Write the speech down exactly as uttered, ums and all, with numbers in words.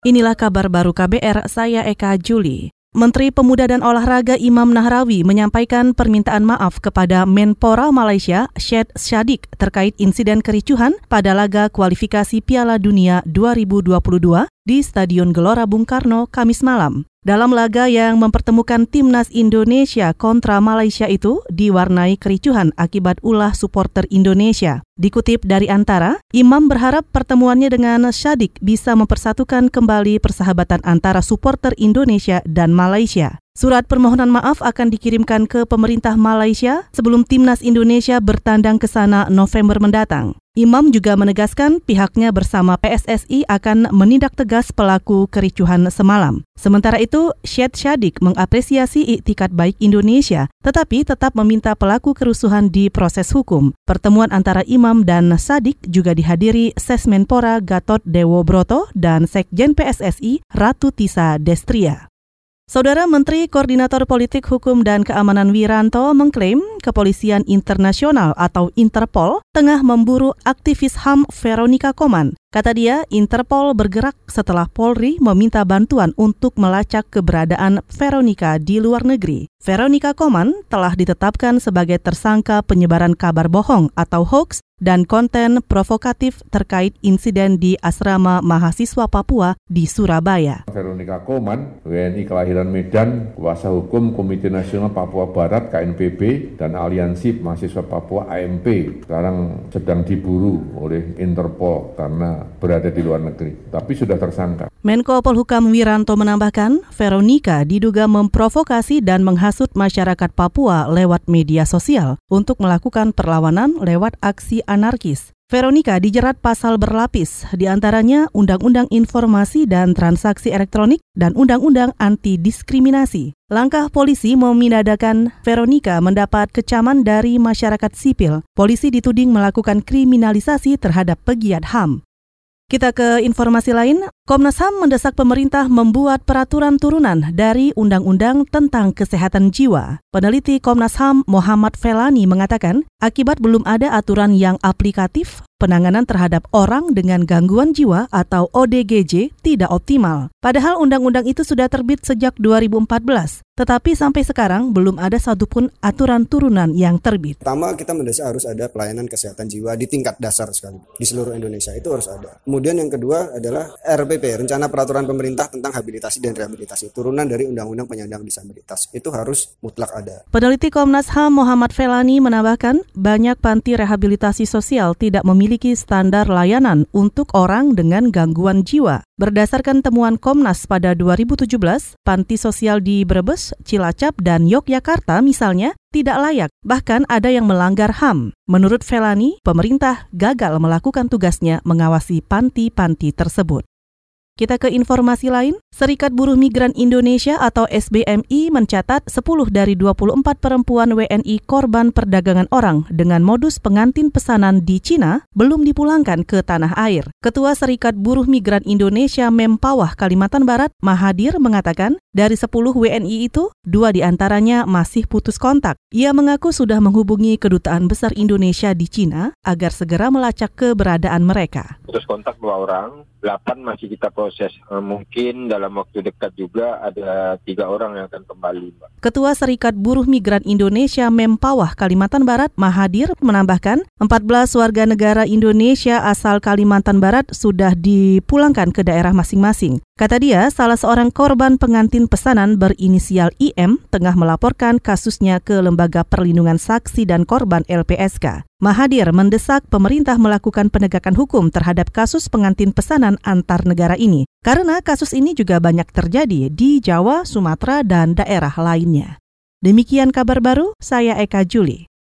Inilah kabar baru K B R, saya Eka Juli. Menteri Pemuda dan Olahraga Imam Nahrawi menyampaikan permintaan maaf kepada Menpora Malaysia, Syed Saddiq, terkait insiden kericuhan pada laga kualifikasi Piala Dunia dua ribu dua puluh dua di Stadion Gelora Bung Karno, Kamis malam. Dalam laga yang mempertemukan timnas Indonesia kontra Malaysia itu diwarnai kericuhan akibat ulah supporter Indonesia. Dikutip dari Antara, Imam berharap pertemuannya dengan Saddiq bisa mempersatukan kembali persahabatan antara supporter Indonesia dan Malaysia. Surat permohonan maaf akan dikirimkan ke pemerintah Malaysia sebelum timnas Indonesia bertandang ke sana November mendatang. Imam juga menegaskan pihaknya bersama P S S I akan menindak tegas pelaku kericuhan semalam. Sementara itu, Syed Saddiq mengapresiasi iktikat baik Indonesia, tetapi tetap meminta pelaku kerusuhan diproses hukum. Pertemuan antara Imam dan Saddiq juga dihadiri Sesmenpora Gatot Dewo Broto dan Sekjen P S S I Ratu Tisa Destria. Saudara Menteri Koordinator Politik Hukum dan Keamanan Wiranto mengklaim Kepolisian Internasional atau Interpol tengah memburu aktivis H A M Veronica Koman. Kata dia, Interpol bergerak setelah Polri meminta bantuan untuk melacak keberadaan Veronica di luar negeri. Veronica Koman telah ditetapkan sebagai tersangka penyebaran kabar bohong atau hoax dan konten provokatif terkait insiden di asrama mahasiswa Papua di Surabaya. Veronica Koman, W N I kelahiran Medan, kuasa hukum Komite Nasional Papua Barat K N P B dan Aliansi Mahasiswa Papua A M P, sekarang sedang diburu oleh Interpol karena berada di luar negeri, tapi sudah tersangka. Menko Polhukam Wiranto menambahkan, Veronica diduga memprovokasi dan menghasut masyarakat Papua lewat media sosial untuk melakukan perlawanan lewat aksi anarkis. Veronica dijerat pasal berlapis, diantaranya Undang-Undang Informasi dan Transaksi Elektronik dan Undang-Undang Anti-Diskriminasi. Langkah polisi memindahkan Veronica mendapat kecaman dari masyarakat sipil. Polisi dituding melakukan kriminalisasi terhadap pegiat H A M. Kita ke informasi lain, Komnas H A M mendesak pemerintah membuat peraturan turunan dari Undang-Undang tentang Kesehatan Jiwa. Peneliti Komnas H A M Muhammad Felani mengatakan, akibat belum ada aturan yang aplikatif, penanganan terhadap orang dengan gangguan jiwa atau O D G J tidak optimal. Padahal undang-undang itu sudah terbit sejak dua ribu empat belas, tetapi sampai sekarang belum ada satupun aturan turunan yang terbit. Pertama, kita mendesak harus ada pelayanan kesehatan jiwa di tingkat dasar sekali, di seluruh Indonesia, itu harus ada. Kemudian yang kedua adalah R P P, Rencana Peraturan Pemerintah tentang Habilitasi dan Rehabilitasi, turunan dari Undang-Undang Penyandang Disabilitas, itu harus mutlak ada. Peneliti Komnas H A M Muhammad Felani menambahkan, banyak panti rehabilitasi sosial tidak memiliki standar layanan untuk orang dengan gangguan jiwa. Berdasarkan temuan Komnas pada dua ribu tujuh belas, panti sosial di Brebes, Cilacap, dan Yogyakarta misalnya tidak layak, bahkan ada yang melanggar H A M. Menurut Felani, pemerintah gagal melakukan tugasnya mengawasi panti-panti tersebut. Kita ke informasi lain, Serikat Buruh Migran Indonesia atau S B M I mencatat sepuluh dari dua puluh empat perempuan W N I korban perdagangan orang dengan modus pengantin pesanan di Cina belum dipulangkan ke tanah air. Ketua Serikat Buruh Migran Indonesia Mempawah Kalimantan Barat, Mahadir, mengatakan dari sepuluh W N I itu, dua diantaranya masih putus kontak. Ia mengaku sudah menghubungi Kedutaan Besar Indonesia di Cina agar segera melacak keberadaan mereka. Putus kontak dua orang, delapan masih kita proses. Mungkin dalam waktu dekat juga ada tiga orang yang akan kembali, Mbak. Ketua Serikat Buruh Migran Indonesia Mempawah Kalimantan Barat, Mahadir, menambahkan empat belas warga negara Indonesia asal Kalimantan Barat sudah dipulangkan ke daerah masing-masing. Kata dia, salah seorang korban pengantin pesanan berinisial I M tengah melaporkan kasusnya ke Lembaga Perlindungan Saksi dan Korban L P S K. Mahadir mendesak pemerintah melakukan penegakan hukum terhadap kasus pengantin pesanan antar negara ini, karena kasus ini juga banyak terjadi di Jawa, Sumatera, dan daerah lainnya. Demikian kabar baru, saya Eka Juli.